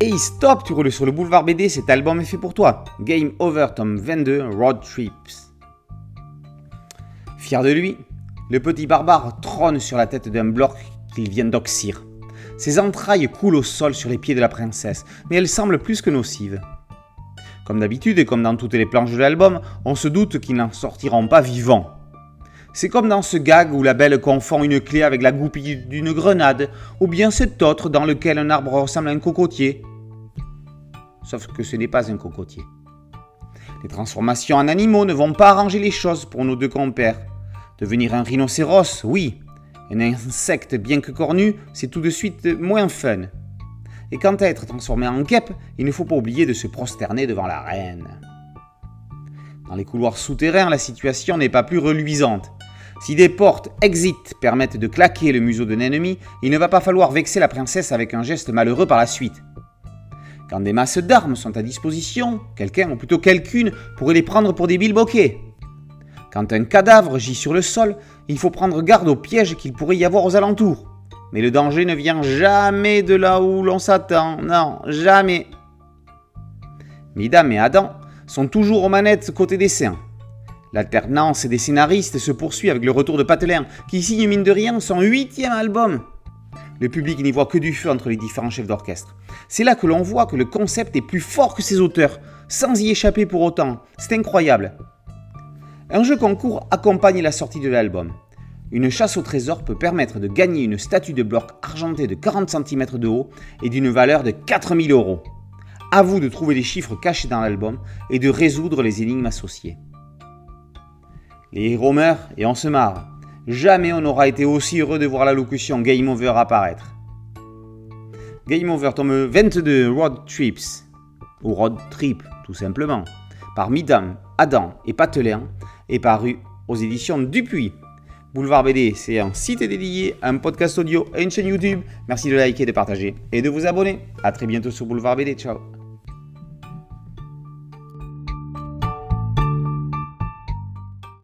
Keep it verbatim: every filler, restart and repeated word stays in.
Hey stop, tu roules sur le boulevard B D, cet album est fait pour toi. Game Over, tome vingt-deux, Road Trips. Fier de lui, le petit barbare trône sur la tête d'un bloc qu'il vient d'oxyre. Ses entrailles coulent au sol sur les pieds de la princesse, mais elles semblent plus que nocives. Comme d'habitude et comme dans toutes les planches de l'album, on se doute qu'ils n'en sortiront pas vivants. C'est comme dans ce gag où la belle confond une clé avec la goupille d'une grenade, ou bien cet autre dans lequel un arbre ressemble à un cocotier. Sauf que ce n'est pas un cocotier. Les transformations en animaux ne vont pas arranger les choses pour nos deux compères. Devenir un rhinocéros, oui. Un insecte bien que cornu, c'est tout de suite moins fun. Et quant à être transformé en guêpe, il ne faut pas oublier de se prosterner devant la reine. Dans les couloirs souterrains, la situation n'est pas plus reluisante. Si des portes exit permettent de claquer le museau d'un ennemi, il ne va pas falloir vexer la princesse avec un geste malheureux par la suite. Quand des masses d'armes sont à disposition, quelqu'un, ou plutôt quelqu'une, pourrait les prendre pour des bilboquets. Quand un cadavre gît sur le sol, il faut prendre garde aux pièges qu'il pourrait y avoir aux alentours. Mais le danger ne vient jamais de là où l'on s'attend, non, jamais. Midam et Adam sont toujours aux manettes côté dessin. L'alternance des scénaristes se poursuit avec le retour de Patelin, qui signe mine de rien son huitième album. Le public n'y voit que du feu entre les différents chefs d'orchestre. C'est là que l'on voit que le concept est plus fort que ses auteurs, sans y échapper pour autant. C'est incroyable. Un jeu concours accompagne la sortie de l'album. Une chasse au trésor peut permettre de gagner une statue de bloc argentée de quarante centimètres de haut et d'une valeur de quatre mille euros. À vous de trouver les chiffres cachés dans l'album et de résoudre les énigmes associées. Les héros meurent et on se marre. Jamais on n'aura été aussi heureux de voir la locution Game Over apparaître. Game Over, tome vingt-deux, Road Trips, ou Road Trip tout simplement, par Midam, Adam et Patelin, est paru aux éditions Dupuis. Boulevard B D, c'est un site dédié, un podcast audio et une chaîne YouTube. Merci de liker, de partager et de vous abonner. A très bientôt sur Boulevard B D, ciao.